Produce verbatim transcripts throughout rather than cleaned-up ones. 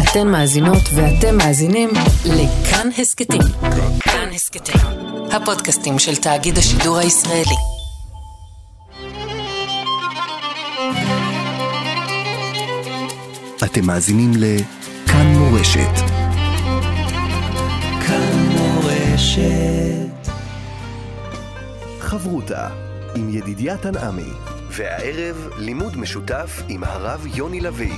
אתן מאזינות ואתם מאזינים לכאן הסקטים. כאן הסקטים, הפודקאסטים של תאגיד השידור הישראלי. אתם מאזינים לכאן מורשת. כאן מורשת. חברותה עם ידידיה תנעמי, והערב לימוד משותף עם הרב יוני לוי.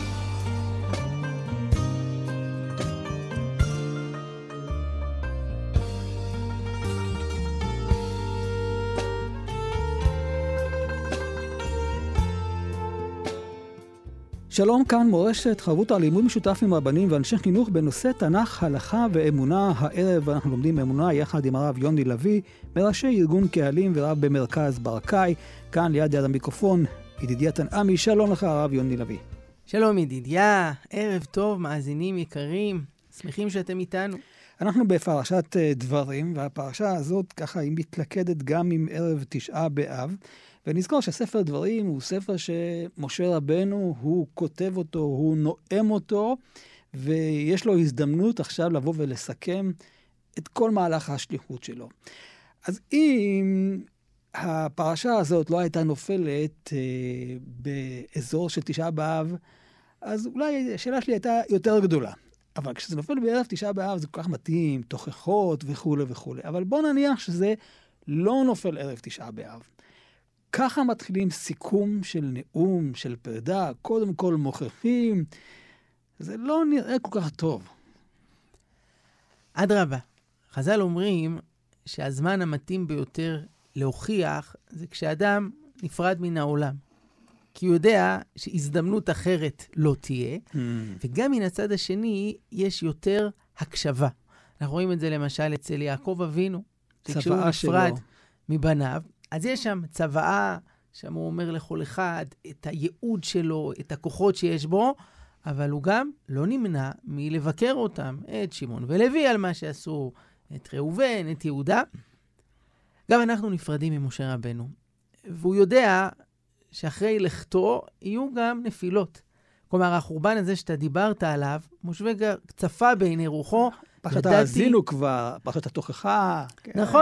שלום, כאן מורשת, חברותה לימוד משותף עם רבנים ואנשי חינוך בנושא תנ"ך, הלכה ואמונה. הערב אנחנו לומדים אמונה יחד עם הרב יוני לוי, מראשי ארגון קהלים ורב במרכז ברקאי. כאן ליד יד המיקרופון, ידידיה תנעמי. שלום לך הרב יוני לוי. שלום ידידיה, ערב טוב, מאזינים יקרים, שמחים שאתם איתנו. אנחנו בפרשת דברים, והפרשה הזאת ככה היא מתלכדת גם עם ערב תשעה באב. ונזכור שספר דברים הוא ספר שמשה רבנו, הוא כותב אותו, הוא נואם אותו, ויש לו הזדמנות עכשיו לבוא ולסכם את כל מהלך השליחות שלו. אז אם הפרשה הזאת לא הייתה נופלת אה, באזור של תשעה באב, אז אולי השאלה שלי הייתה יותר גדולה. אבל כשזה נופל בערב תשעה באב זה כל כך מתאים, תוכחות וכו' וכו'. אבל בוא נניח שזה לא נופל ערב תשעה באב. ככה מתחילים סיכום של נאום, של פרדה, קודם כל מוכיחים. זה לא נראה כל כך טוב. אדרבה, חז"ל אומרים שהזמן המתאים ביותר להוכיח זה כשאדם נפרד מן העולם. כי הוא יודע שהזדמנות אחרת לא תהיה, mm. וגם מן הצד השני יש יותר הקשבה. אנחנו רואים את זה למשל אצל יעקב אבינו. כשהוא נפרד מבניו, אז יש שם צוואה, שם הוא אומר לכל אחד את הייעוד שלו, את הכוחות שיש בו, אבל הוא גם לא נמנע מלבקר אותם, את שמעון ולוי על מה שעשו, את ראובן, את יהודה. גם אנחנו נפרדים ממשה רבנו, והוא יודע שאחרי לכתו יהיו גם נפילות. כלומר, החורבן הזה שאתה דיברת עליו, משה צפה בעיני רוחו. פרשת האזינו כבר, פרשת התוכחה. נכון.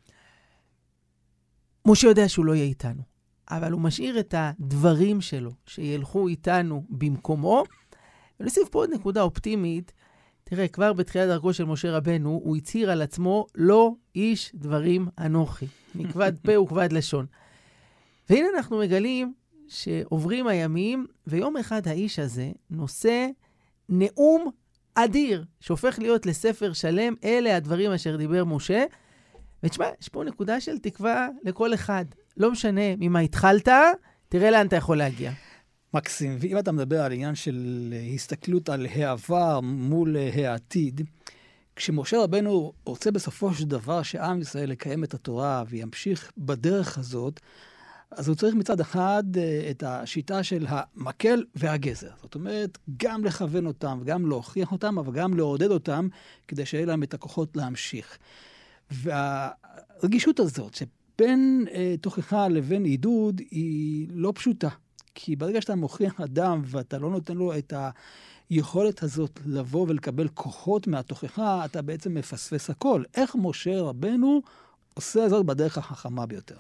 משה יודע שהוא לא יהיה איתנו, אבל הוא משאיר את הדברים שלו שילכו איתנו במקומו. ונוסיף פה עוד נקודה אופטימית. תראה, כבר בתחילת דרכו של משה רבנו, הוא הצהיר על עצמו, לא איש דברים אנוכי. מכבד פה וכבד לשון. והנה אנחנו מגלים שעוברים הימים, ויום אחד האיש הזה נושא נאום אדיר, שהופך להיות לספר שלם. אלה הדברים אשר דיבר משה. ותשמע, יש פה נקודה של תקווה לכל אחד. לא משנה ממה התחלת, תראה לאן אתה יכול להגיע. מקסים. ואם אתה מדבר על עניין של הסתכלות על העבר מול העתיד, כשמשה רבנו רוצה בסופו של דבר שעם ישראל לקיים את התורה וימשיך בדרך הזאת, אז הוא צריך מצד אחד את השיטה של המקל והגזר. זאת אומרת, גם לכוון אותם וגם להוכיח אותם, אבל גם לעודד אותם כדי שיהיה להם את הכוחות להמשיך. והרגישות הזאת שבין אה, תוכחה לבין עידוד היא לא פשוטה. כי ברגע שאתה מוכיח אדם ואתה לא נותן לו את היכולת הזאת לבוא ולקבל כוחות מהתוכחה, אתה בעצם מפספס הכל. איך משה רבנו עושה זאת בדרך החכמה ביותר?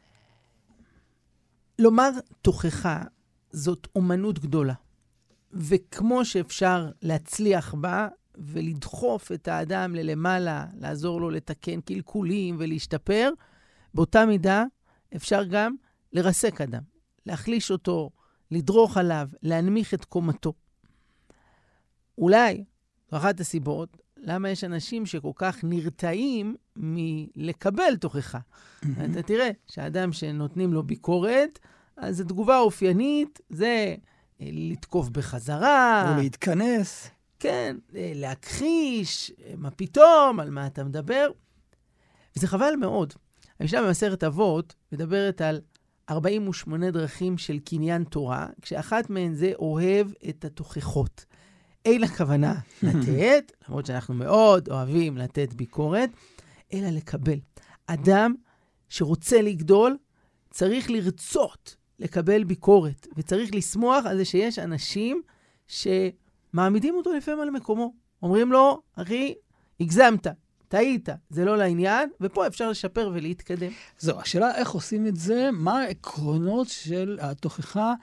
לומר תוכחה זאת אומנות גדולה. וכמו שאפשר להצליח בה, ולדחוף את האדם ללמעלה, לעזור לו לתקן קלקולים ולהשתפר, באותה מידה אפשר גם לרסק אדם, להחליש אותו, לדרוך עליו, להנמיך את קומתו. אולי, אחת הסיבות, למה יש אנשים שכל כך נרתעים מלקבל תוכחה. אתה תראה שהאדם שנותנים לו ביקורת, אז התגובה האופיינית זה לתקוף בחזרה. או להתכנס. כן, להכחיש, מה פתאום, על מה אתה מדבר. וזה חבל מאוד. המשנה במסכת אבות מדברת על ארבעים ושמונה דרכים של קניין תורה, כשאחת מהן זה אוהב את התוכחות. אין הכוונה לתת, למרות שאנחנו מאוד אוהבים לתת ביקורת, אלא לקבל. אדם שרוצה לגדול, צריך לרצות לקבל ביקורת, וצריך לשמוח על זה שיש אנשים ש... מעמידים אותו לפעמים על מקומו. אומרים לו, אחי, הגזמת, טעית, זה לא לעניין, ופה אפשר לשפר ולהתקדם. זו, השאלה איך עושים את זה, מה העקרונות של התוכחה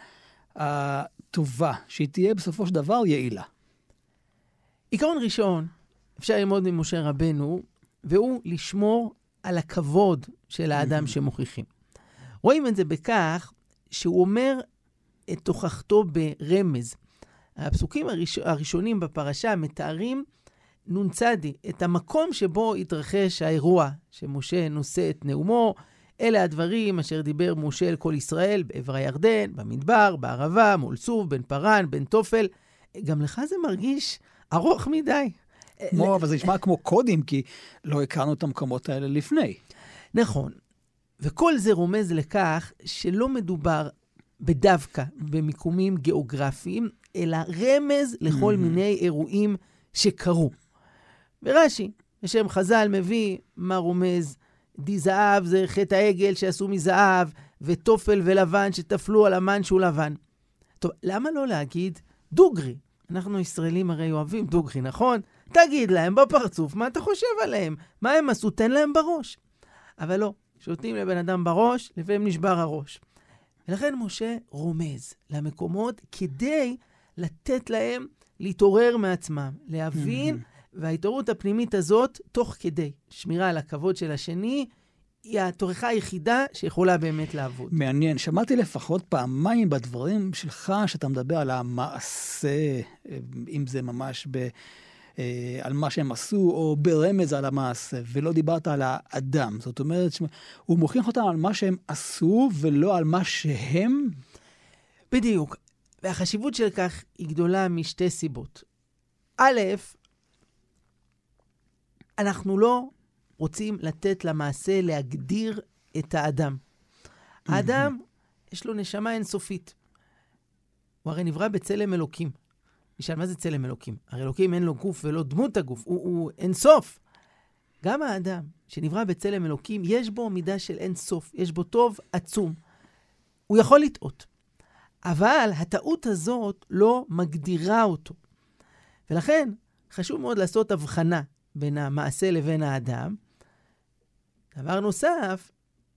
הטובה, שהיא תהיה בסופו של דבר יעילה. עיקרון ראשון, אפשר ללמוד ממשה רבנו, והוא לשמור על הכבוד של האדם שמוכיחים. רואים את זה בכך שהוא אומר את תוכחתו ברמז. הפסוקים הראש... הראשונים בפרשה מתארים נונצדי, את המקום שבו התרחש האירוע שמשה נושא את נאומו. אלה הדברים אשר דיבר משה אל כל ישראל בעבר הירדן, במדבר, בערבה, מול סוף, בין פרן, בין תופל. גם לך זה מרגיש ארוך מדי. כמו, אבל זה נשמע כמו קודים, כי לא הכרנו את המקומות האלה לפני. נכון. וכל זה רומז לכך שלא מדובר בדווקא במיקומים גיאוגרפיים, אלא רמז לכל מיני אירועים שקרו. ורש"י, בשם חז"ל, מביא מה רומז. די זהב זה חטא העגל שעשו מזהב, ותופל ולבן שתפלו על המן שהוא לבן. טוב, למה לא להגיד דוגרי? אנחנו ישראלים הרי אוהבים דוגרי, נכון? תגיד להם בפרצוף מה אתה חושב עליהם, מה הם עשו, תן להם בראש. אבל לא, שותים לבן אדם בראש, לפעמים נשבר הראש. ולכן משה רומז למקומות כדי לתת להם להתעורר מעצמם, להבין, וההתעוררות הפנימית הזאת, תוך כדי שמירה על הכבוד של השני, היא התוכחה היחידה שיכולה באמת לעבוד. מעניין, שמעתי לפחות פעמיים בדברים שלך, שאתה מדבר על המעשה, אם זה ממש ב... על מה שהם עשו, או ברמז על המעשה, ולא דיברת על האדם. זאת אומרת, הוא מוכיח אותם על מה שהם עשו, ולא על מה שהם. בדיוק. והחשיבות של כך היא גדולה משתי סיבות. א', אנחנו לא רוצים לתת למעשה להגדיר את האדם. האדם, יש לו נשמה אינסופית. הוא הרי נברא בצלם אלוקים. נשאל, מה זה צלם אלוקים? הרי אלוקים אין לו גוף ולא דמות הגוף, הוא, הוא אינסוף. גם האדם שנברא בצלם אלוקים, יש בו מידה של אינסוף, יש בו טוב עצום. הוא יכול לטעות. אבל הטעות הזאת לא מגדירה אותו. ולכן חשוב מאוד לעשות הבחנה בין המעשה לבין האדם. דבר נוסף,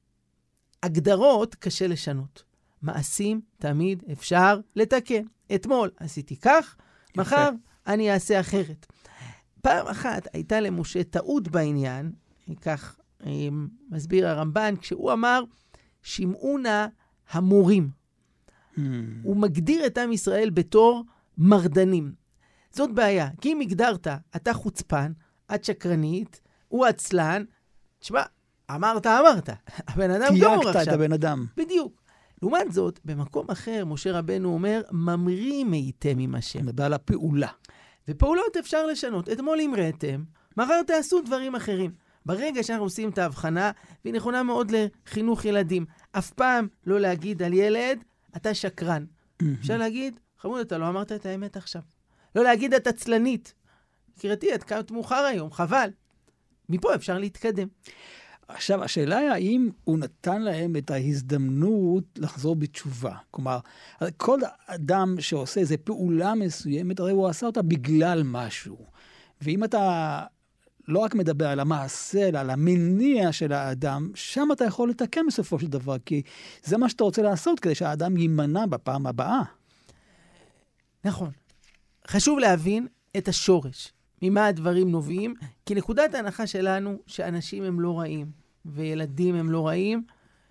הגדרות קשה לשנות. מעשים תמיד אפשר לתקן. אתמול עשיתי כך, מחר אני אעשה אחרת. פעם אחת הייתה למשה טעות בעניין, כך מסביר הרמב"ן, כשהוא אמר, שמעו נא המורים. Hmm. הוא מגדיר את עם ישראל בתור מרדנים. זאת בעיה, כי אם הגדרת, אתה חוצפן, את שקרנית, הוא עצלן, תשמע, אמרת, אמרת. הבן אדם גמור עכשיו. תייגת את הבן אדם. בדיוק. לעומת זאת, במקום אחר, משה רבנו אומר, ממרים הייתם עם השם. מדבר על הפעולה. ופעולות אפשר לשנות. אתמול המראתם, מחר תעשו דברים אחרים. ברגע שאנחנו עושים את ההבחנה, והיא נכונה מאוד לחינוך ילדים, אף פעם לא להגיד על ילד, אתה שקרן. אפשר להגיד, חמוד, אתה לא אמרת את האמת עכשיו. לא להגיד, את עצלנית. קראתי, את קמת מאוחר היום, חבל. מפה אפשר להתקדם. עכשיו, השאלה היא האם הוא נתן להם את ההזדמנות לחזור בתשובה. כלומר, כל אדם שעושה איזו פעולה מסוימת, הרי הוא עשה אותה בגלל משהו. ואם אתה לא רק מדבר על המעשה, אלא על המניע של האדם, שם אתה יכול לתקן בסופו של דבר, כי זה מה שאתה רוצה לעשות כדי שהאדם יימנע בפעם הבאה. נכון. חשוב להבין את השורש. ממה הדברים נובעים, כי נקודת ההנחה שלנו שאנשים הם לא רעים, וילדים הם לא רעים,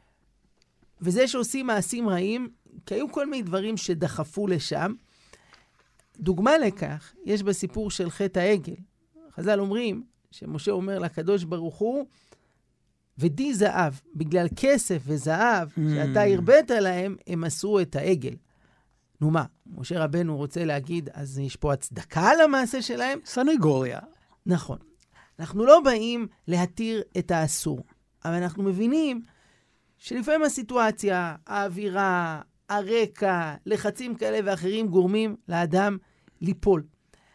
וזה שעושים מעשים רעים, כי היו כל מיני דברים שדחפו לשם. דוגמה לכך, יש בסיפור של חטא העגל. חז"ל אומרים, שמשה אומר לקדוש ברוך הוא, ודי זהב, בגלל כסף וזהב, שאתה הרבאת להם, הם עשו את העגל. נו מה, משה רבנו רוצה להגיד, אז יש פה הצדקה על המעשה שלהם? סנגוריה. נכון. אנחנו לא באים להתיר את האסור, אבל אנחנו מבינים שלפעמים הסיטואציה, האווירה, הרקע, לחצים כאלה ואחרים גורמים לאדם ליפול.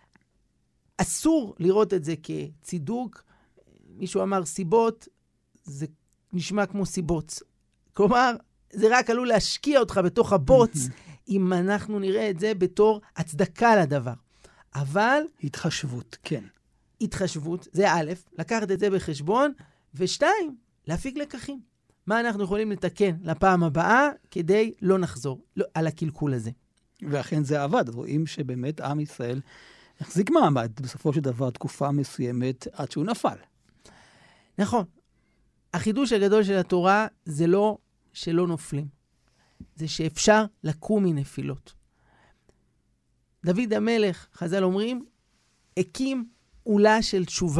אסור לראות את זה כצידוק. מישהו אמר סיבות, זה נשמע כמו סיבוץ. כלומר, זה רק עלול להשקיע אותך בתוך הבוץ, אם אנחנו נראה את זה בתור הצדקה לדבר. אבל... התחשבות, כן. התחשבות, זה א', לקחת את זה בחשבון, ושתיים, להפיק לקחים. מה אנחנו יכולים לתקן לפעם הבאה, כדי לא נחזור לא, על הקלקול הזה. ואכן זה עבד. רואים שבאמת עם ישראל החזיק מעמד בסופו של דבר תקופה מסוימת עד שהוא נפל. נכון. החידוש הגדול של התורה זה לא שלא נופלים. זה שאפשר לקום מנפילות. דוד המלך, חז"ל אומרים, הקים עולה של תשובה.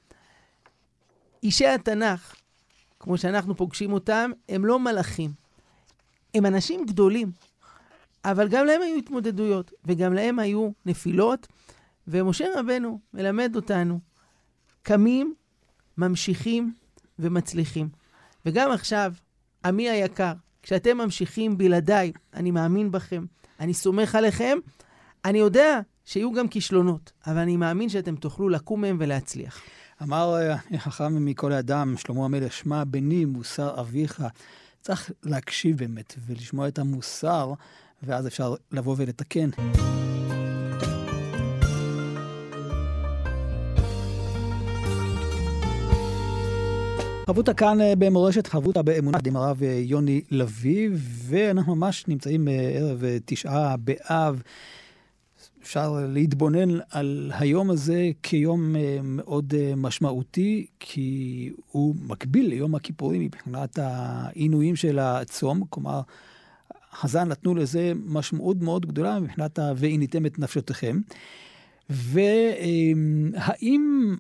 אישי התנ"ך, כמו שאנחנו פוגשים אותם, הם לא מלאכים. הם אנשים גדולים, אבל גם להם היו התמודדויות, וגם להם היו נפילות, ומשה רבנו מלמד אותנו, קמים, ממשיכים ומצליחים. וגם עכשיו, עמי היקר, כשאתם ממשיכים בלעדיי, אני מאמין בכם, אני סומך עליכם, אני יודע שיהיו גם כישלונות, אבל אני מאמין שאתם תוכלו לקום מהם ולהצליח. אמר החכם מכל האדם, שלמה המלך, שמע בני מוסר אביך. צריך להקשיב באמת ולשמוע את המוסר, ואז אפשר לבוא ולתקן. חבותה כאן במורשת, חבותה באמונה, עם הרב יוני לוי, ואנחנו ממש נמצאים ערב תשעה באב. אפשר להתבונן על היום הזה כיום מאוד משמעותי, כי הוא מקביל ליום הכיפורים מבחינת העינויים של הצום. כלומר, חז"ל נתנו לזה משמעות מאוד גדולה מבחינת ועיניתם את נפשותיכם. והאם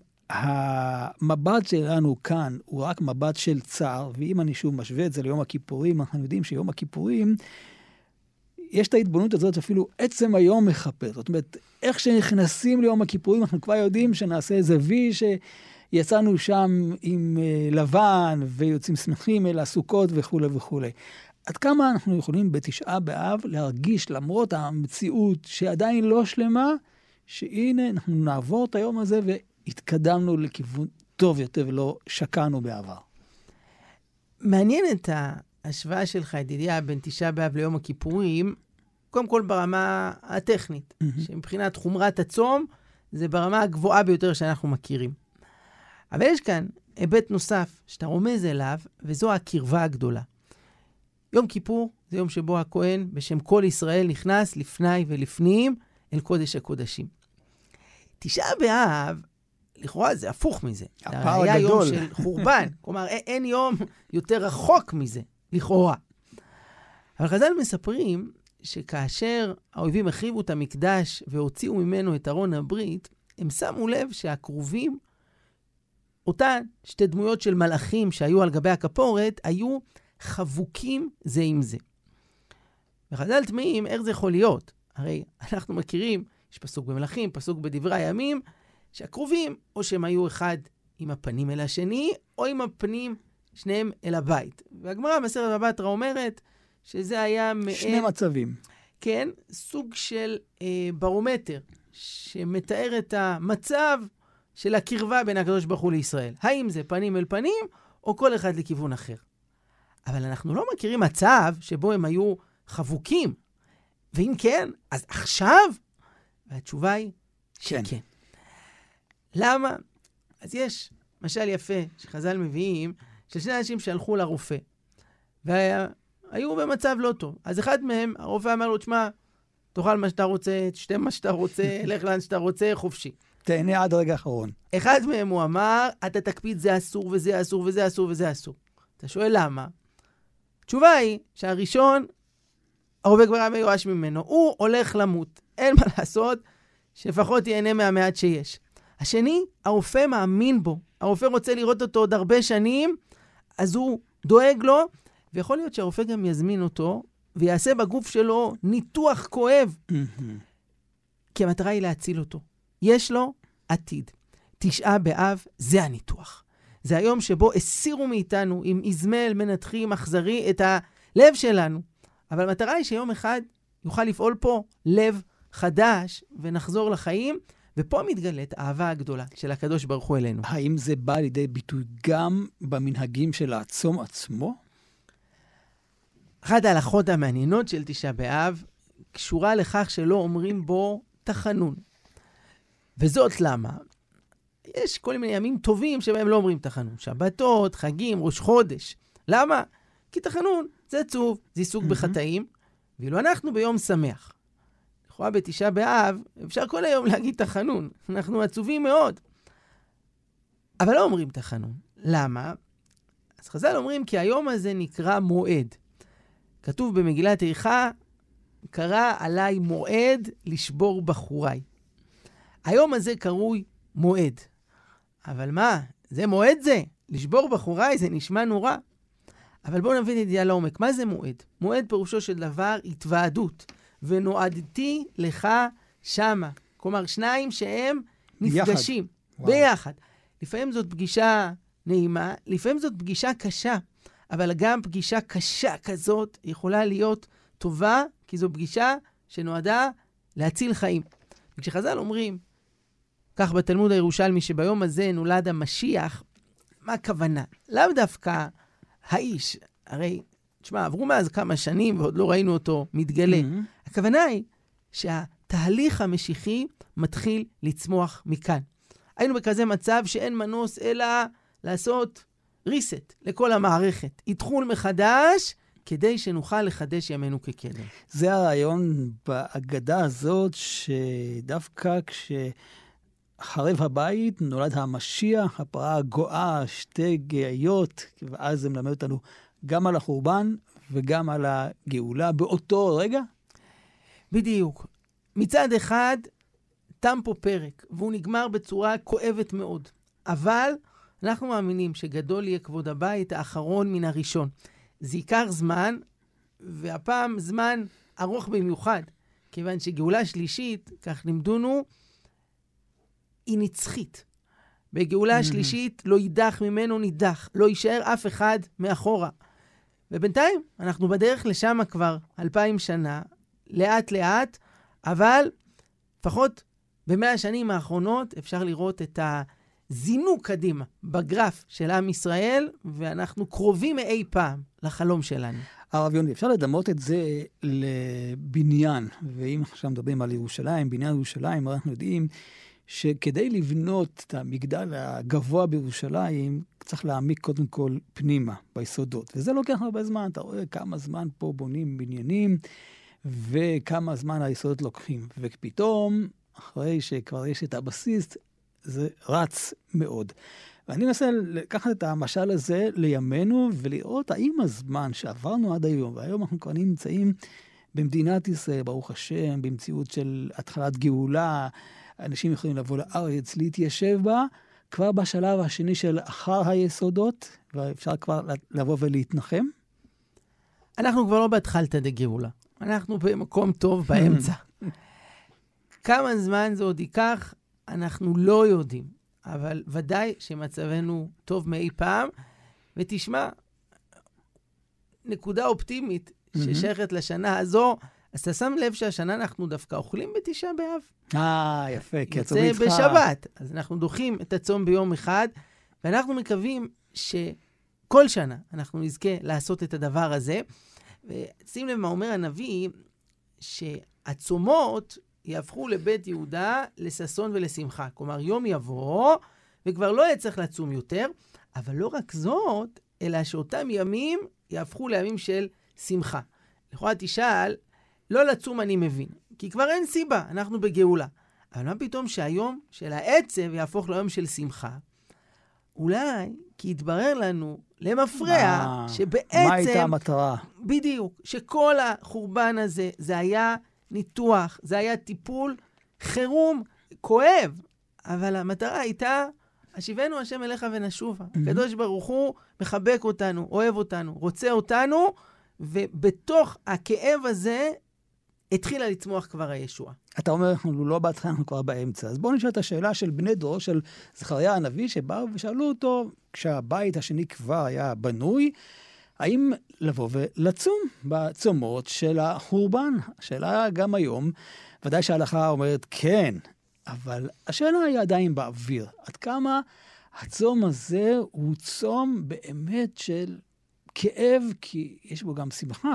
המבט שלנו כאן הוא רק מבט של צער, ואם אני שוב משווה את זה ליום הכיפורים, אנחנו יודעים שיום הכיפורים יש את ההתבוננות הזאת אפילו עצם היום מחפר. זאת אומרת, איך שנכנסים ליום הכיפורים, אנחנו כבר יודעים שנעשה איזה וי שיצאנו שם עם לבן ויוצאים שמחים אל הסוכות וכו' וכו'. עד כמה אנחנו יכולים בתשעה באב להרגיש, למרות המציאות שעדיין לא שלמה, שהנה אנחנו נעבור את היום הזה והתקדמנו לכיוון טוב יותר ולא שקענו בעבר. מעניין את ה... השוואה שלך, ידידיה, בין תשעה באב ליום הכיפורים, קודם כל ברמה הטכנית, mm-hmm. שמבחינת חומרת הצום, זה ברמה הגבוהה ביותר שאנחנו מכירים. אבל יש כאן היבט נוסף, שאתה רומז אליו, וזו הקרבה הגדולה. יום כיפור זה יום שבו הכהן, בשם כל ישראל, נכנס לפני ולפנים אל קודש הקודשים. תשעה באב, לכאורה זה הפוך מזה. הפער היה הגדול. יום של חורבן. כלומר, אין יום יותר רחוק מזה. לכאורה. אבל חז"ל מספרים שכאשר האויבים החריבו את המקדש והוציאו ממנו את ארון הברית, הם שמו לב שהקרובים, אותן שתי דמויות של מלאכים שהיו על גבי הכפורת, היו חבוקים זה עם זה. וחז"ל תמהים, איך זה יכול להיות? הרי אנחנו מכירים, יש פסוק במלאכים, פסוק בדברי הימים, שהקרובים, או שהם היו אחד עם הפנים אל השני, או עם הפנים שניהם אל הבית. והגמרא בספר בבא בתרא אומרת שזה היה מעין... שני מצבים. כן, סוג של אה, ברומטר, שמתאר את המצב של הקרבה בין הקדוש ברוך הוא לישראל. האם זה פנים אל פנים, או כל אחד לכיוון אחר. אבל אנחנו לא מכירים מצב שבו הם היו חבוקים. ואם כן, אז עכשיו? והתשובה היא שכן. כן. למה? אז יש משל יפה שחז"ל מביאים, של שני אנשים שהלכו לרופא, והיו במצב לא טוב. אז אחד מהם, הרופא אמר לו, תשמע, תאכל מה שאתה רוצה, תשתה מה שאתה רוצה, לך לאן שאתה רוצה, חופשי. תהנה עד רגע האחרון. אחד מהם הוא אמר, אתה תקפיד, זה אסור וזה אסור וזה אסור וזה אסור. אתה שואל למה? התשובה היא שהראשון, הרופא כבר היה מיואש ממנו, הוא הולך למות. אין מה לעשות, שלפחות ייהנה מהמעט שיש. השני, הרופא מאמין בו. הרופא רוצה לראות אותו עוד הרבה שנים, אז הוא דואג לו, ויכול להיות שהרופא גם יזמין אותו, ויעשה בגוף שלו ניתוח כואב. כי המטרה היא להציל אותו. יש לו עתיד. תשעה באב זה הניתוח. זה היום שבו הסירו מאיתנו עם איזמל מנתחים אכזרי את הלב שלנו. אבל המטרה היא שיום אחד יוכל לפעול פה לב חדש ונחזור לחיים, ופה מתגלית האהבה הגדולה של הקדוש ברוך הוא אלינו. האם זה בא לידי ביטוי גם במנהגים של הצום עצמו? אחת ההלכות המעניינות של תשעה באב קשורה לכך שלא אומרים בו תחנון. וזאת למה? יש כל מיני ימים טובים שבהם לא אומרים תחנון. שבתות, חגים, ראש חודש. למה? כי תחנון זה עצוב, זה עיסוק בחטאים, ואילו אנחנו ביום שמח. לכאורה בתשעה באב, אפשר כל היום להגיד תחנון. אנחנו עצובים מאוד. אבל לא אומרים תחנון. למה? אז חז"ל אומרים כי היום הזה נקרא מועד. כתוב במגילת איכה, קרא עליי מועד לשבור בחוריי. היום הזה קרוי מועד. אבל מה? זה מועד זה? לשבור בחוריי זה נשמע נורא. אבל בואו נבין את זה לעומק. מה זה מועד? מועד פירושו של דבר התוועדות. ונועדתי לך שמה. כלומר, שניים שהם נפגשים. ביחד. ביחד. לפעמים זאת פגישה נעימה, לפעמים זאת פגישה קשה. אבל גם פגישה קשה כזאת יכולה להיות טובה, כי זו פגישה שנועדה להציל חיים. וכשחז"ל אומרים, כך בתלמוד הירושלמי, שביום הזה נולד המשיח, מה הכוונה? לאו דווקא האיש, הרי, תשמע, עברו מאז כמה שנים ועוד לא ראינו אותו מתגלה. Mm-hmm. הכוונה היא שהתהליך המשיחי מתחיל לצמוח מכאן. היינו בכזה מצב שאין מנוס אלא לעשות ריסט לכל המערכת. התחול מחדש כדי שנוכל לחדש ימינו כקדם. זה הרעיון בהגדה הזאת, שדווקא כשחרב הבית נולד המשיח, הפרה הגואה, שתי גאיות, ואז זה מלמד אותנו גם על החורבן וגם על הגאולה באותו רגע? בדיוק. מצד אחד, תם פה פרק, והוא נגמר בצורה כואבת מאוד. אבל אנחנו מאמינים שגדול יהיה כבוד הבית האחרון מן הראשון. זה ייקח זמן, והפעם זמן ארוך במיוחד, כיוון שגאולה שלישית, כך לימדונו, היא נצחית. בגאולה השלישית לא יידח ממנו נידח, לא יישאר אף אחד מאחורה. ובינתיים אנחנו בדרך לשם כבר אלפיים שנה, לאט לאט, אבל לפחות במאה השנים האחרונות אפשר לראות את הזינוק קדימה בגרף של עם ישראל, ואנחנו קרובים מאי פעם לחלום שלנו. הרב יוני, אפשר לדמות את זה לבניין, ואם עכשיו מדברים על ירושלים, בניין ירושלים, אנחנו יודעים שכדי לבנות את המגדל הגבוה בירושלים, צריך להעמיק קודם כל פנימה, ביסודות. וזה לוקח הרבה זמן, אתה רואה כמה זמן פה בונים בניינים, וכמה זמן היסודות לוקחים. ופתאום, אחרי שכבר יש את הבסיס, זה רץ מאוד. ואני מנסה לקחת את המשל הזה לימינו, ולראות האם הזמן שעברנו עד היום, והיום אנחנו כבר נמצאים במדינת ישראל, ברוך השם, במציאות של התחלת גאולה, אנשים יכולים לבוא לארץ, להתיישב בה, כבר בשלב השני של אחר היסודות, ואפשר כבר לבוא ולהתנחם? אנחנו כבר לא בהתחלת דגאולה. אנחנו במקום טוב באמצע. כמה זמן זה עוד ייקח, אנחנו לא יודעים. אבל ודאי שמצבנו טוב מאי פעם. ותשמע, נקודה אופטימית ששייכת לשנה הזו, אז אתה שם לב שהשנה אנחנו דווקא אוכלים בתשעה באב. אה, יפה, כי הצום איתך. זה בשבת. אז אנחנו דוחים את הצום ביום אחד, ואנחנו מקווים שכל שנה אנחנו נזכה לעשות את הדבר הזה. ושים לב מה אומר הנביא, שהצומות יהפכו לבית יהודה לששון ולשמחה. כלומר, יום יבוא, וכבר לא יהיה צריך לצום יותר, אבל לא רק זאת, אלא שאותם ימים יהפכו לימים של שמחה. לכאורה תשאל, לא לצום אני מבין, כי כבר אין סיבה, אנחנו בגאולה. אבל מה פתאום שהיום של העצב יהפוך ליום של שמחה? אולי כי יתברר לנו למפרע שבעצם... מה הייתה המטרה? בדיוק, שכל החורבן הזה, זה היה ניתוח, זה היה טיפול חירום, כואב, אבל המטרה הייתה, השיבנו השם אליך ונשובה. הקדוש ברוך הוא מחבק אותנו, אוהב אותנו, רוצה אותנו, ובתוך הכאב הזה התחילה לצמוח כבר הישועה. אתה אומר, אנחנו לא בהתחלה, אנחנו כבר באמצע. אז בואו נשאל את השאלה של בני דור, של זכריה הנביא, שבאו ושאלו אותו, כשהבית השני כבר היה בנוי, האם לבוא ולצום בצומות של החורבן? השאלה גם היום, ודאי שההלכה אומרת כן, אבל השאלה היא עדיין באוויר. עד כמה הצום הזה הוא צום באמת של כאב, כי יש בו גם שמחה.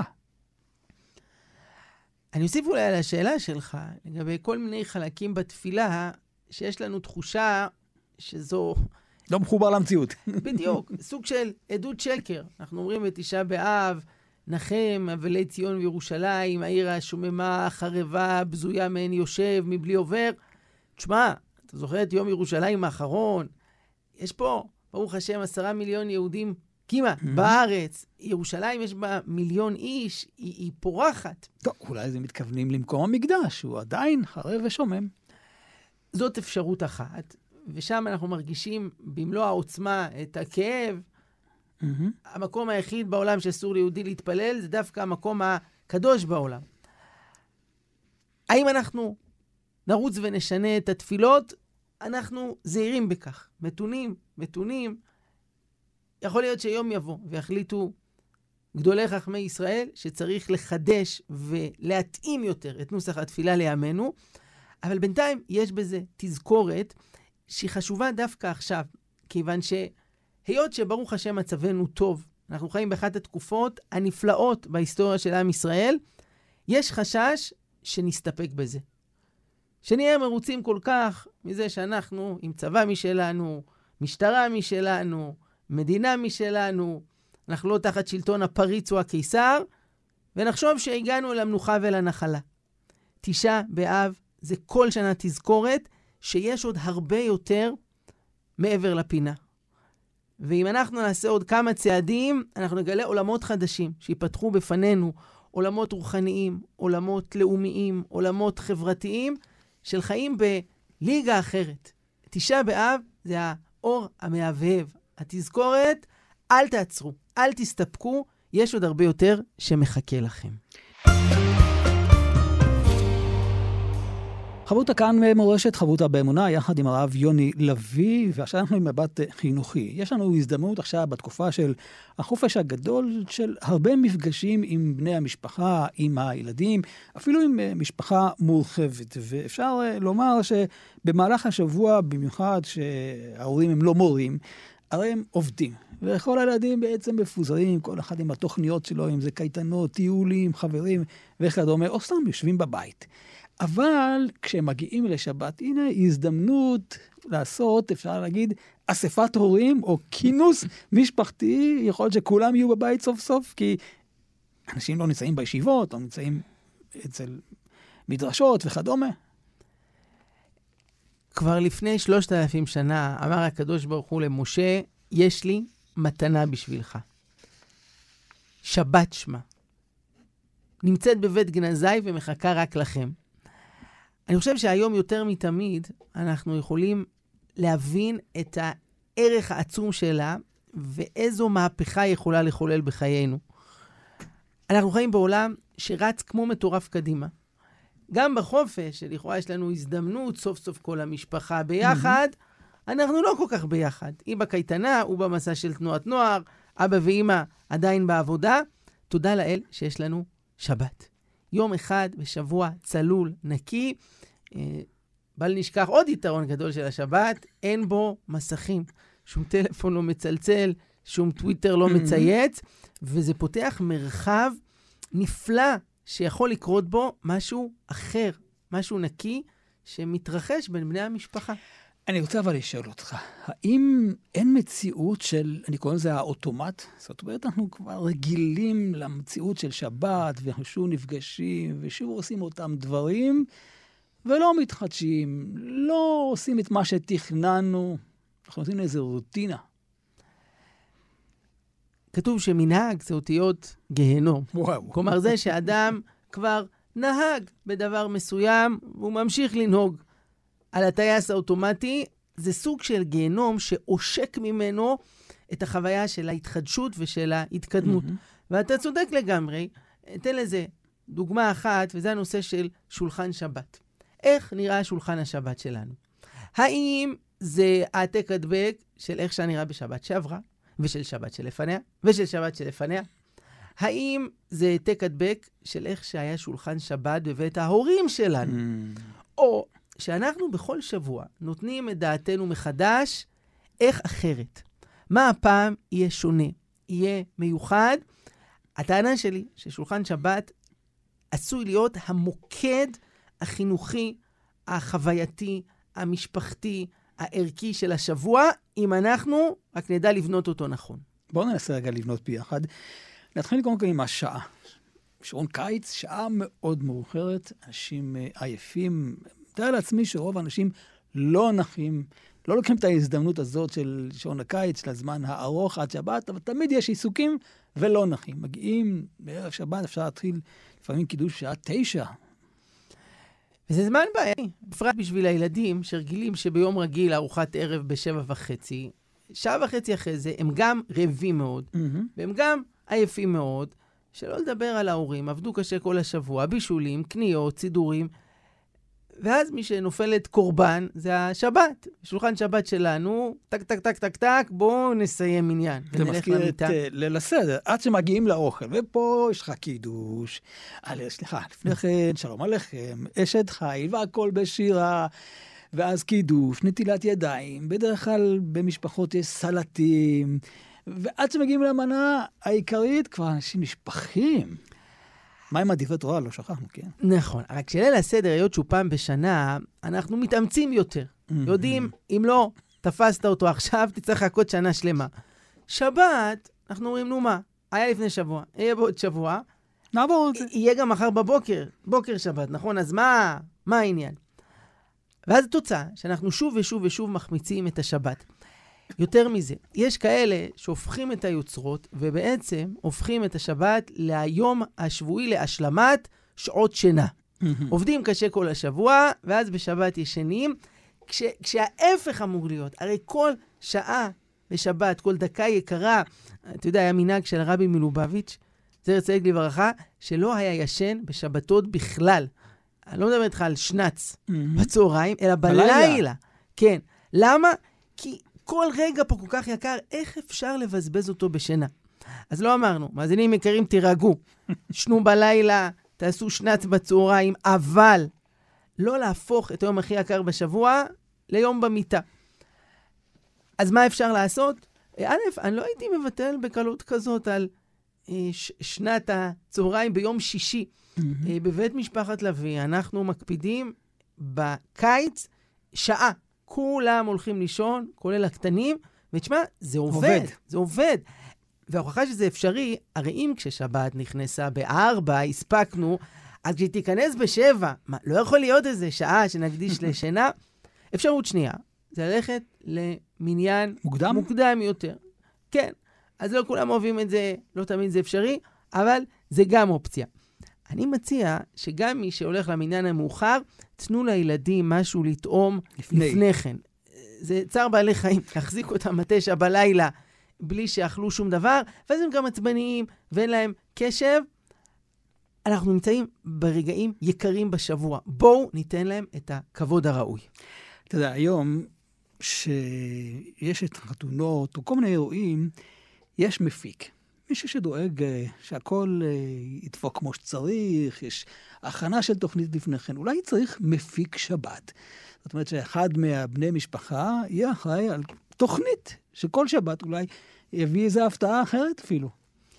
אני אוסיף אולי על השאלה שלך, לגבי כל מיני חלקים בתפילה, שיש לנו תחושה שזו... לא מחובר למציאות. בדיוק, סוג של עדות שקר. אנחנו אומרים בתשעה באב, נחם, אבלי ציון וירושלים, העיר השוממה, חרבה, בזויה מעין יושב, מבלי עובר. תשמע, אתה זוכר את יום ירושלים האחרון? יש פה, ברוך השם, עשרה מיליון יהודים כמעט mm-hmm. בארץ. ירושלים יש בה מיליון איש, היא, היא פורחת. טוב, אולי זה מתכוונים למקום המקדש, הוא עדיין חרב ושומם. זאת אפשרות אחת, ושם אנחנו מרגישים במלוא העוצמה את הכאב. Mm-hmm. המקום היחיד בעולם שאסור ליהודי להתפלל, זה דווקא המקום הקדוש בעולם. האם אנחנו נרוץ ונשנה את התפילות? אנחנו זהירים בכך. מתונים, מתונים. יכול להיות שיום יבוא ויחליטו גדולי חכמי ישראל שצריך לחדש ולהתאים יותר את נוסח התפילה לימינו, אבל בינתיים יש בזה תזכורת שהיא חשובה דווקא עכשיו, כיוון שהיות שברוך השם מצבנו טוב, אנחנו חיים באחת התקופות הנפלאות בהיסטוריה של עם ישראל, יש חשש שנסתפק בזה. שנהיה מרוצים כל כך מזה שאנחנו עם צבא משלנו, משטרה משלנו, מדינה משלנו, אנחנו לא תחת שלטון הפריץ או הקיסר, ונחשוב שהגענו למנוחה ולנחלה. תשעה באב זה כל שנה תזכורת שיש עוד הרבה יותר מעבר לפינה. ואם אנחנו נעשה עוד כמה צעדים, אנחנו נגלה עולמות חדשים שיפתחו בפנינו, עולמות רוחניים, עולמות לאומיים, עולמות חברתיים, של חיים בליגה אחרת. תשעה באב זה האור המהבהב, התזכורת, אל תעצרו, אל תסתפקו, יש עוד הרבה יותר שמחכה לכם. חברותה כאן מורשת, חברותה באמונה, יחד עם הרב יוני לוי, ועכשיו אנחנו עם מבט חינוכי. יש לנו הזדמנות עכשיו בתקופה של החופש הגדול של הרבה מפגשים עם בני המשפחה, עם הילדים, אפילו עם משפחה מורחבת. ואפשר לומר שבמהלך השבוע, במיוחד שההורים הם לא מורים, הרי הם עובדים. וכל הילדים בעצם מפוזרים, כל אחד עם התוכניות שלו, אם זה קייטנות, טיולים, חברים וכדומה, או סתם יושבים בבית. אבל כשהם מגיעים לשבת, הנה הזדמנות לעשות, אפשר להגיד, אספת הורים או כינוס משפחתי, יכול להיות שכולם יהיו בבית סוף סוף, כי אנשים לא נמצאים בישיבות, או נמצאים אצל מדרשות וכדומה. כבר לפני שלושת אלפים שנה אמר הקדוש ברוך הוא למשה, יש לי מתנה בשבילך. שבת שמה. נמצאת בבית גנזי ומחכה רק לכם. אני חושב שהיום יותר מתמיד אנחנו יכולים להבין את הערך העצום שלה ואיזו מהפכה יכולה לחולל בחיינו. אנחנו חיים בעולם שרץ כמו מטורף קדימה. גם בחופש, שלכאורה יש לנו הזדמנות, סוף סוף כל המשפחה ביחד, mm-hmm. אנחנו לא כל כך ביחד. היא בקייטנה, הוא במסע של תנועת נוער, אבא ואמא עדיין בעבודה. תודה לאל שיש לנו שבת. יום אחד בשבוע צלול, נקי. אה, בל נשכח עוד יתרון גדול של השבת, אין בו מסכים. שום טלפון לא מצלצל, שום טוויטר לא מצייץ, וזה פותח מרחב נפלא שיכול לקרות בו משהו אחר, משהו נקי, שמתרחש בין בני המשפחה. אני רוצה אבל לשאול אותך, האם אין מציאות של, אני קורא לזה האוטומט? זאת אומרת, אנחנו כבר רגילים למציאות של שבת, ושוב נפגשים, ושוב עושים אותם דברים, ולא מתחדשים, לא עושים את מה שתכננו, אנחנו עושים איזו רוטינה. כתוב שמנהג זה אותיות גהנום. וואו. כלומר זה שאדם כבר נהג בדבר מסוים, והוא ממשיך לנהוג. על הטייס האוטומטי, זה סוג של גיהנום שעושק ממנו את החוויה של ההתחדשות ושל ההתקדמות. Mm-hmm. ואתה צודק לגמרי, אתן לזה דוגמה אחת, וזה הנושא של שולחן שבת. איך נראה שולחן השבת שלנו? האם זה העתק הדבק של איך שנראה בשבת שעברה, ושל שבת שלפניה, ושל שבת שלפניה? האם זה העתק הדבק של איך שהיה שולחן שבת בבית ההורים שלנו? Mm. או שאנחנו בכל שבוע נותנים את דעתנו מחדש, איך אחרת? מה הפעם יהיה שונה? יהיה מיוחד? הטענה שלי ששולחן שבת עשוי להיות המוקד החינוכי, החווייתי, המשפחתי, הערכי של השבוע, אם אנחנו רק נדע לבנות אותו נכון. בואו ננסה רגע לבנות ביחד. נתחיל קודם כל עם השעה. שעון קיץ, שעה מאוד מאוחרת, אנשים עייפים. מתאר לעצמי שרוב האנשים לא נחים, לא לוקחים את ההזדמנות הזאת של שעון הקיץ, של הזמן הארוך עד שבת, אבל תמיד יש עיסוקים ולא נחים. מגיעים בערב שבת, אפשר להתחיל לפעמים קידוש שעה תשע. וזה זמן בעייתי, בפרט בשביל הילדים שרגילים שביום רגיל ארוחת ערב בשבע וחצי, שעה וחצי אחרי זה הם גם רעבים מאוד, mm-hmm. והם גם עייפים מאוד, שלא לדבר על ההורים, עבדו קשה כל השבוע, בישולים, קניות, סידורים, ואז מי שנופלת קורבן זה השבת, שולחן שבת שלנו, טק, טק, טק, טק, טק, בואו נסיים עניין. זה מזכיר את ליל הסדר, עד שמגיעים לאוכל, ופה יש לך קידוש, על, סליחה, לפני כן, שלום עליכם, אשת חיל, והכל בשירה, ואז קידוש, נטילת ידיים, בדרך כלל במשפחות יש סלטים, ועד שמגיעים למנה העיקרית, כבר אנשים נשפכים. מה עם עדיפי תורה? לא שכחנו, כן? נכון. רק שליל הסדר, היות שהוא פעם בשנה, אנחנו מתאמצים יותר. יודעים, אם לא תפסת אותו עכשיו, תצטרך לחכות שנה שלמה. שבת, אנחנו אומרים, נו מה, היה לפני שבוע, יהיה בעוד שבוע. נעבור את זה. יהיה גם מחר בבוקר, בוקר שבת, נכון? אז מה, מה העניין? ואז התוצאה, שאנחנו שוב ושוב ושוב מחמיצים את השבת. יותר מזה, יש כאלה שהופכים את היוצרות, ובעצם הופכים את השבת ליום השבועי להשלמת שעות שינה. עובדים קשה כל השבוע, ואז בשבת ישנים, כש, כשההפך אמור להיות. הרי כל שעה בשבת, כל דקה יקרה, אתה יודע, היה מנהג של הרבי מלובביץ', זכר צדיק לברכה, שלא היה ישן בשבתות בכלל. אני לא מדבר איתך על שנץ בצהריים, אלא בלילה. כן. למה? כי כל רגע פה כל כך יקר, איך אפשר לבזבז אותו בשינה? אז לא אמרנו, מאזינים יקרים, תירגעו. שנו בלילה, תעשו שנץ בצהריים, אבל לא להפוך את היום הכי יקר בשבוע ליום במיטה. אז מה אפשר לעשות? א', אני לא הייתי מבטל בקלות כזאת על ש- שנת הצהריים ביום שישי. Mm-hmm. בבית משפחת לוי, אנחנו מקפידים בקיץ שעה. כולם הולכים לישון, כולל הקטנים, ותשמע, זה עובד, עובד. זה עובד. וההוכחה שזה אפשרי, הרי אם כששבת נכנסה בארבע, הספקנו, אז כשתיכנס בשבע, מה, לא יכול להיות איזה שעה שנקדיש לשינה? אפשרות שנייה, זה ללכת למניין מוקדם? מוקדם יותר. כן, אז לא כולם אוהבים את זה, לא תמיד זה אפשרי, אבל זה גם אופציה. אני מציע שגם מי שהולך למניין המאוחר, תנו לילדים משהו לטעום לפני, לפני כן. זה צער בעלי חיים, להחזיק אותם מתשע בלילה, בלי שאכלו שום דבר, ואז הם גם עצבניים, ואין להם קשב. אנחנו נמצאים ברגעים יקרים בשבוע. בואו ניתן להם את הכבוד הראוי. אתה יודע, היום שיש את חתונות, או כל מיני אירועים, יש מפיק. מישהו שדואג שהכל ידפוק כמו שצריך, יש הכנה של תוכנית לפני כן. אולי צריך מפיק שבת. זאת אומרת שאחד מהבני משפחה יהיה אחראי על תוכנית, שכל שבת אולי יביא איזו הפתעה אחרת אפילו.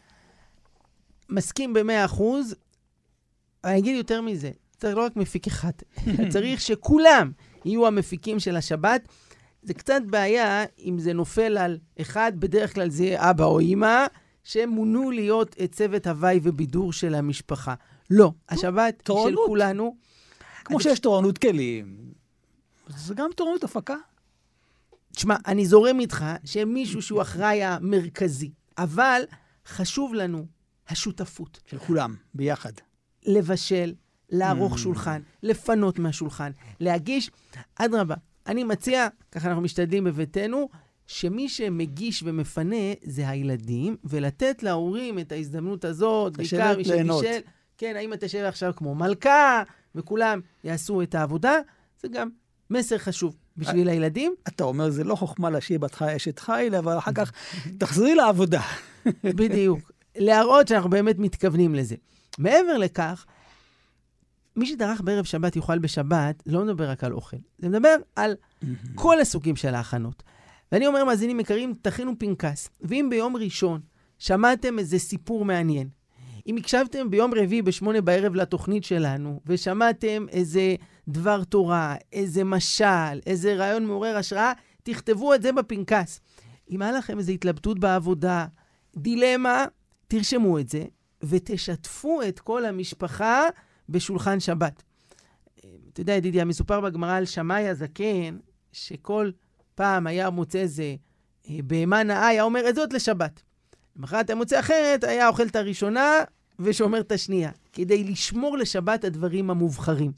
מסכים במאה אחוז, אני אגיד יותר מזה, צריך לא רק מפיק אחד, צריך שכולם יהיו המפיקים של השבת. זה קצת בעיה אם זה נופל על אחד, בדרך כלל זה אבא או אמא, שהם מונו להיות צוות הוואי ובידור של המשפחה. לא, השבת של כולנו. כמו שיש תורנות כלים, זה גם תורנות הפקה. תשמע, אני זורם איתך שמישהו שהוא אחראי המרכזי, אבל חשוב לנו השותפות. של כולם, ביחד. לבשל, לערוך שולחן, לפנות מהשולחן, להגיש. אדרבה, אני מציע, ככה אנחנו משתדלים בביתנו, שמי שמגיש ומפנה זה הילדים, ולתת להורים את ההזדמנות הזאת, בעיקר מי שבישל, כן, האם אתה תשב עכשיו כמו מלכה, וכולם יעשו את העבודה, זה גם מסר חשוב בשביל הילדים. אתה אומר, זה לא חוכמה להשאיר בתך אשת חיל, אבל אחר כך תחזרי לעבודה. בדיוק. להראות שאנחנו באמת מתכוונים לזה. מעבר לכך, מי שדרך בערב שבת יוכל בשבת, לא מדבר רק על אוכל. זה מדבר על כל הסוגים של ההכנות. ואני אומר, מאזינים יקרים, תכינו פנקס. ואם ביום ראשון שמעתם איזה סיפור מעניין, אם הקשבתם ביום רביעי בשמונה בערב לתוכנית שלנו, ושמעתם איזה דבר תורה, איזה משל, איזה רעיון מעורר השראה, תכתבו את זה בפנקס. אם היה לכם איזו התלבטות בעבודה, דילמה, תרשמו את זה, ותשתפו את כל המשפחה בשולחן שבת. אתה יודע, ידידי, מסופר בגמרא על שמאי הזקן, שכל פעם היה מוצא איזה בהמה נאה, היה אומר את זאת לשבת. למחרת היה מוצא אחרת, היה אוכל את הראשונה ושומר את השנייה, כדי לשמור לשבת הדברים המובחרים.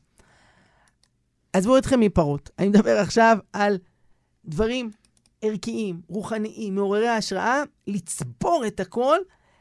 עזבו אתכם מפרות. אני מדבר עכשיו על דברים ערכיים, רוחניים, מעוררי ההשראה, לצבור את הכל.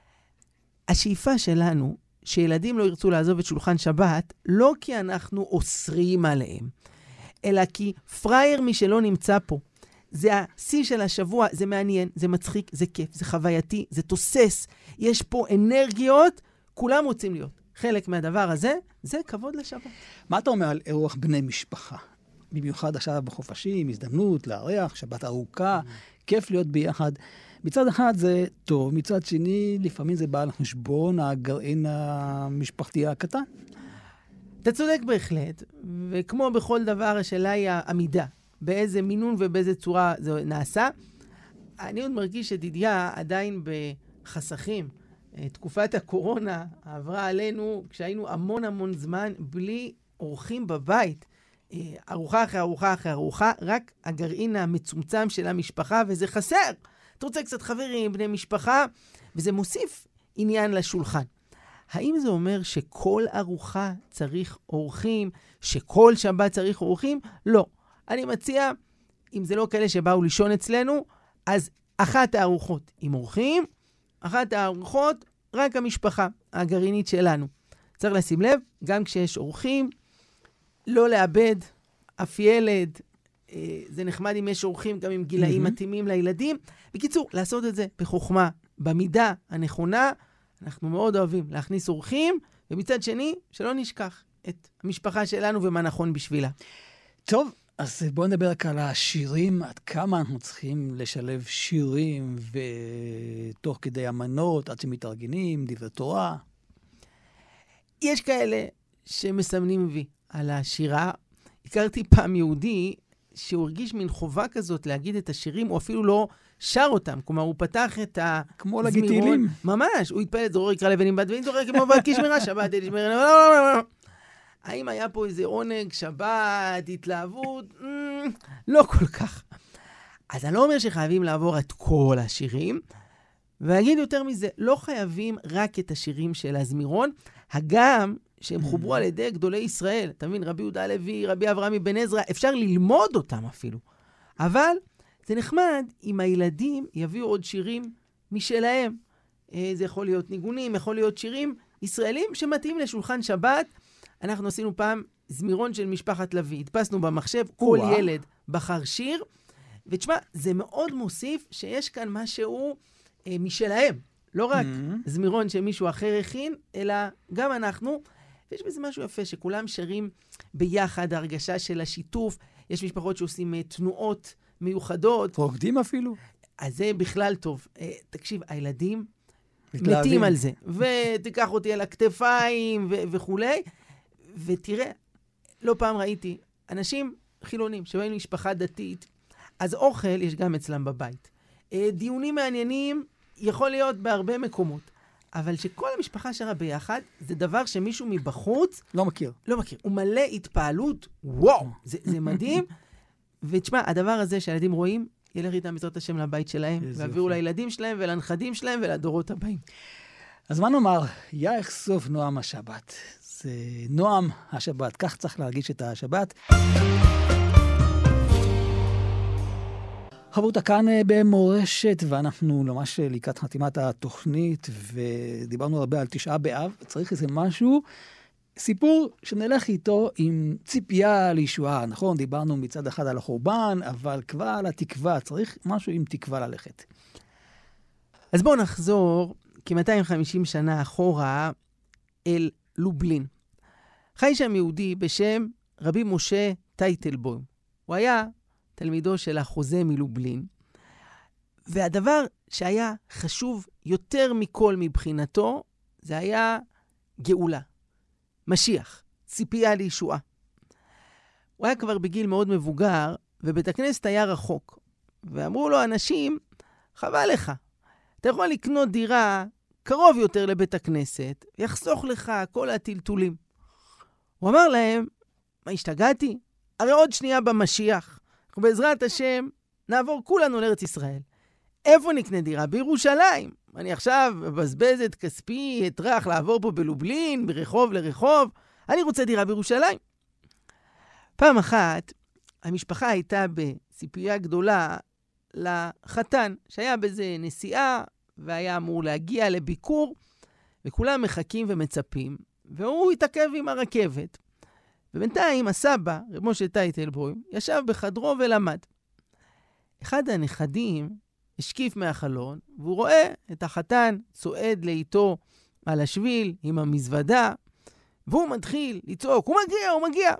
השאיפה שלנו, שילדים לא ירצו לעזוב את שולחן שבת, לא כי אנחנו אוסרים עליהם, אלא כי פרייר מי שלא נמצא פה. זה השיא של השבוע, זה מעניין, זה מצחיק, זה כיף, זה חווייתי, זה תוסס. יש פה אנרגיות, כולם רוצים להיות. חלק מהדבר הזה, זה כבוד לשבת. מה אתה אומר על אירוח בני משפחה? במיוחד עכשיו בחופשים, הזדמנות, לארח, שבת ארוכה, כיף להיות ביחד. מצד אחד זה טוב, מצד שני, לפעמים זה בא על חשבון הגרעין המשפחתי הקטן. אתה צודק בהחלט, וכמו בכל דבר, השאלה היא העמידה. באיזה מינון ובאיזה צורה זה נעשה. אני עוד מרגיש שדידיה עדיין בחסכים. תקופת הקורונה עברה עלינו כשהיינו המון המון זמן בלי אורחים בבית. ארוחה אחרי ארוחה אחרי ארוחה, רק הגרעין המצומצם של המשפחה, וזה חסר. אתה רוצה קצת חברים, בני משפחה, וזה מוסיף עניין לשולחן. האם זה אומר שכל ארוחה צריך אורחים, שכל שבת צריך אורחים? לא. אני מציע, אם זה לא כאלה שבאו לישון אצלנו, אז אחת הארוחות עם אורחים, אחת הארוחות רק המשפחה הגרעינית שלנו. צריך לשים לב, גם כשיש אורחים, לא לאבד אף ילד. זה נחמד אם יש אורחים גם עם גילאים mm-hmm. מתאימים לילדים. בקיצור, לעשות את זה בחוכמה, במידה הנכונה. אנחנו מאוד אוהבים להכניס אורחים, ומצד שני, שלא נשכח את המשפחה שלנו ומה נכון בשבילה. טוב, אז בואו נדבר רק על השירים, עד כמה אנחנו צריכים לשלב שירים ותוך כדי אמנות, עד שמתארגנים, דברי תורה. יש כאלה שמסמנים וי על השירה. הכרתי פעם יהודי שהוא הרגיש מין חובה כזאת להגיד את השירים, הוא אפילו לא שר אותם. כלומר, הוא פתח את הזמירון. כמו לגיטילים. ממש, הוא התפלל את זורר יקרא לבנים בת ואין זורר כמו בת כשמרה שבת, תשמרה, לא, לא, לא. האם היה פה איזה עונג, שבת, התלהבות? לא כל כך. אז אני לא אומר שחייבים לעבור את כל השירים, ואגיד יותר מזה, לא חייבים רק את השירים של הזמירון, הגם שהם חוברו על ידי גדולי ישראל. אתה מבין, רבי יהודה הלוי, רבי אברהם בן עזרא, אפשר ללמוד אותם אפילו. אבל זה נחמד אם הילדים יביאו עוד שירים משלהם. זה יכול להיות ניגונים, יכול להיות שירים ישראלים שמתאים לשולחן שבת. אנחנו עשינו פעם זמירון של משפחת לוי. הדפסנו במחשב, כל ילד בחר שיר. ותשמע, זה מאוד מוסיף שיש כאן משהו אה, משלהם. לא רק mm-hmm. זמירון שמישהו אחר הכין, אלא גם אנחנו. ויש בזה משהו יפה, שכולם שרים ביחד, הרגשה של השיתוף. יש משפחות שעושים uh, תנועות מיוחדות. רוקדים אפילו. אז זה בכלל טוב. Uh, תקשיב, הילדים מתלהבים. מתים על זה. ותיקח אותי על הכתפיים ו- וכולי. ותראה, לא פעם ראיתי אנשים חילונים שבאים משפחה דתית, אז אוכל יש גם אצלם בבית. Uh, דיונים מעניינים יכול להיות בהרבה מקומות. אבל שכל המשפחה שרה ביחד, זה דבר שמישהו מבחוץ לא מכיר. לא מכיר. הוא מלא התפעלות. וואו, זה, זה מדהים. ותשמע, הדבר הזה שהילדים רואים, ילך איתם בעזרת השם לבית שלהם, והעבירו לילדים שלהם ולנכדים שלהם ולדורות הבאים. אז מה נאמר? יאך סוף נועם השבת. זה נועם השבת. כך צריך להרגיש את השבת. חברותה כאן במורשת, ואנחנו ממש לקראת חתימת התוכנית, ודיברנו הרבה על תשעה באב. צריך איזה משהו, סיפור שנלך איתו עם ציפייה לישועה, נכון? דיברנו מצד אחד על החורבן, אבל כבר על התקווה, צריך משהו עם תקווה ללכת. אז בואו נחזור כ-מאתיים וחמישים שנה אחורה אל לובלין. חי שם יהודי בשם רבי משה טייטלבוים. הוא היה תלמידו של החוזה מלובלין, והדבר שהיה חשוב יותר מכל מבחינתו, זה היה גאולה, משיח, ציפייה לישועה. הוא היה כבר בגיל מאוד מבוגר, ובית הכנסת היה רחוק. ואמרו לו אנשים, חבל לך, אתה יכול לקנות דירה קרוב יותר לבית הכנסת, יחסוך לך כל הטלטולים. הוא אמר להם, מה השתגעתי? הרי עוד שנייה במשיח. ובעזרת השם נעבור כולנו לארץ ישראל. איפה נקנה דירה? בירושלים. אני עכשיו מבזבז את כספי, אטרח לעבור פה בלובלין, ברחוב לרחוב. אני רוצה דירה בירושלים. פעם אחת, המשפחה הייתה בציפייה גדולה לחתן, שהיה בזה נסיעה, והיה אמור להגיע לביקור, וכולם מחכים ומצפים, והוא התעכב עם הרכבת. ובינתיים הסבא, רב משה טייטלבוים, ישב בחדרו ולמד. אחד הנכדים השקיף מהחלון, והוא רואה את החתן צועד לאיתו על השביל עם המזוודה, והוא מתחיל לצעוק, הוא מגיע, הוא מגיע.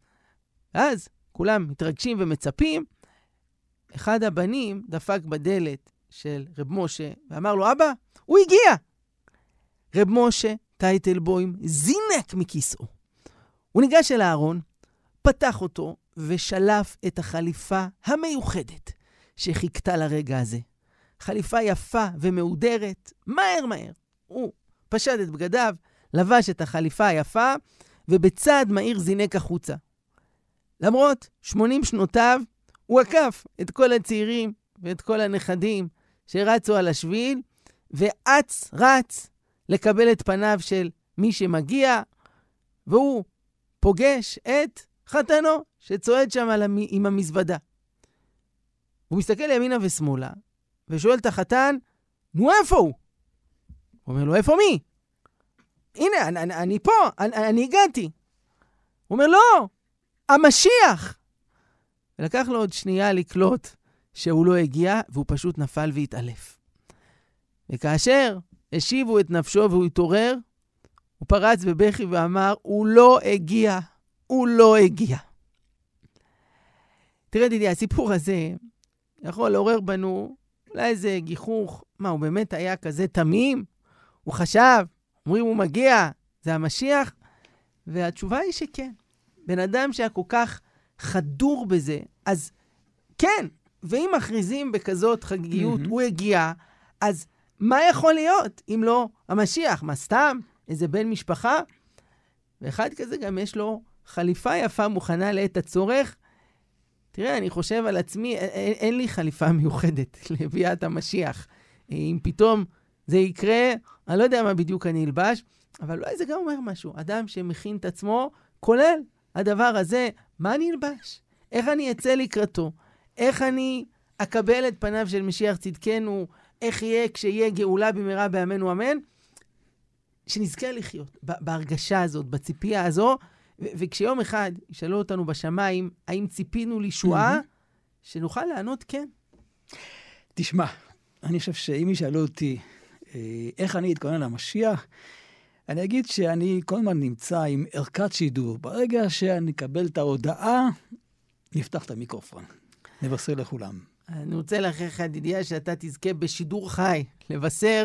אז כולם מתרגשים ומצפים. אחד הבנים דפק בדלת של רב משה, ואמר לו, אבא, הוא הגיע. רב משה טייטלבוים זינק מכיסאו. הוא ניגש אל הארון, פתח אותו ושלף את החליפה המיוחדת שחיכתה לרגע הזה. חליפה יפה ומהודרת, מהר מהר. הוא פשט את בגדיו, לבש את החליפה היפה, ובצעד מהיר זינק החוצה. למרות שמונים שנותיו, הוא עקף את כל הצעירים ואת כל הנכדים שרצו על השביל, ואץ רץ לקבל את פניו של מי שמגיע, והוא פוגש את חתנו שצועד שם המ... עם המזוודה. הוא מסתכל ימינה ושמאלה, ושואל את החתן, נו איפה הוא? הוא אומר לו, איפה מי? הנה, אני, אני, אני פה, אני, אני הגעתי. הוא אומר, לא, המשיח. ולקח לו עוד שנייה לקלוט שהוא לא הגיע, והוא פשוט נפל והתעלף. וכאשר השיבו את נפשו והוא התעורר, הוא פרץ בבכי ואמר, הוא לא הגיע, הוא לא הגיע. תראה דידי, הסיפור הזה יכול לעורר בנו אולי איזה גיחוך. מה, הוא באמת היה כזה תמים? הוא חשב, אומרים הוא מגיע, זה המשיח? והתשובה היא שכן. בן אדם שהיה כל כך חדור בזה, אז כן, ואם מכריזים בכזאת חגיגיות, mm-hmm. הוא הגיע, אז מה יכול להיות אם לא המשיח? מה סתם? איזה בן משפחה? ואחד כזה גם יש לו חליפה יפה מוכנה לעת הצורך. תראה, אני חושב על עצמי, אין, אין לי חליפה מיוחדת לביאת המשיח. אם פתאום זה יקרה, אני לא יודע מה בדיוק אני אלבש, אבל אולי זה גם אומר משהו. אדם שמכין את עצמו, כולל הדבר הזה, מה אני אלבש? איך אני אצא לקראתו? איך אני אקבל את פניו של משיח צדקנו? איך יהיה כשיהיה גאולה במהרה בימינו אמן? שנזכה לחיות בהרגשה הזאת, בציפייה הזו, ו- וכשיום אחד ישאלו אותנו בשמיים, האם ציפינו לישועה, mm-hmm. שנוכל לענות כן. תשמע, אני חושב שאם ישאלו אותי איך אני אתכונן למשיח, אני אגיד שאני כל הזמן נמצא עם ערכת שידור. ברגע שאני אקבל את ההודעה, נפתח את המיקרופון. נבשר לכולם. אני רוצה לך, ידידיה, שאתה תזכה בשידור חי, לבשר.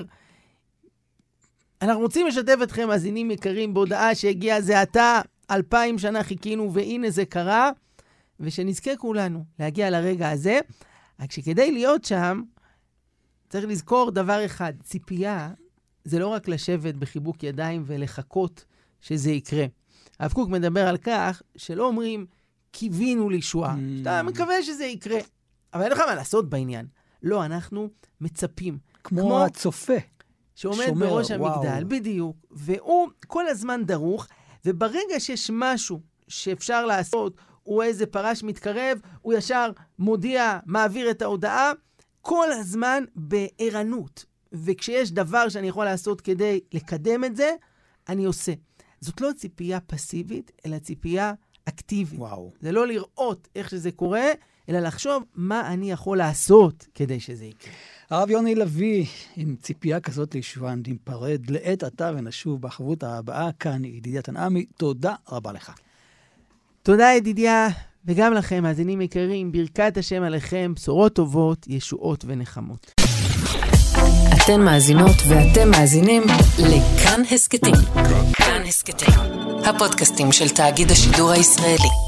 אנחנו רוצים לשתף אתכם, מאזינים יקרים, בהודעה שהגיע זה עתה, אלפיים שנה חיכינו, והנה זה קרה, ושנזכה כולנו להגיע לרגע הזה. רק שכדי להיות שם, צריך לזכור דבר אחד, ציפייה זה לא רק לשבת בחיבוק ידיים ולחכות שזה יקרה. הרב קוק מדבר על כך שלא אומרים, קיווינו לישועה. Mm. שאתה מקווה שזה יקרה. אבל אין לך מה לעשות בעניין. לא, אנחנו מצפים. כמו, כמו הצופה. שעומד שומר, בראש המגדל, וואו. בדיוק. והוא כל הזמן דרוך, וברגע שיש משהו שאפשר לעשות, הוא איזה פרש מתקרב, הוא ישר מודיע, מעביר את ההודעה, כל הזמן בערנות. וכשיש דבר שאני יכול לעשות כדי לקדם את זה, אני עושה. זאת לא ציפייה פסיבית, אלא ציפייה אקטיבית. וואו. זה לא לראות איך שזה קורה, אלא לחשוב מה אני יכול לעשות כדי שזה יקרה. הרב יוני לוי, עם ציפייה כזאת לישועה, ניפרד לעת עתה ונשוב בחברות הבאה כאן, ידידיה תנעמי, תודה רבה לך. תודה ידידיה, וגם לכם, מאזינים יקרים, ברכת השם עליכם, בשורות טובות, ישועות ונחמות. אתן מאזינות ואתם מאזינים לכאן הסקטים. כאן הסקטים, הפודקאסטים של תאגיד השידור הישראלי.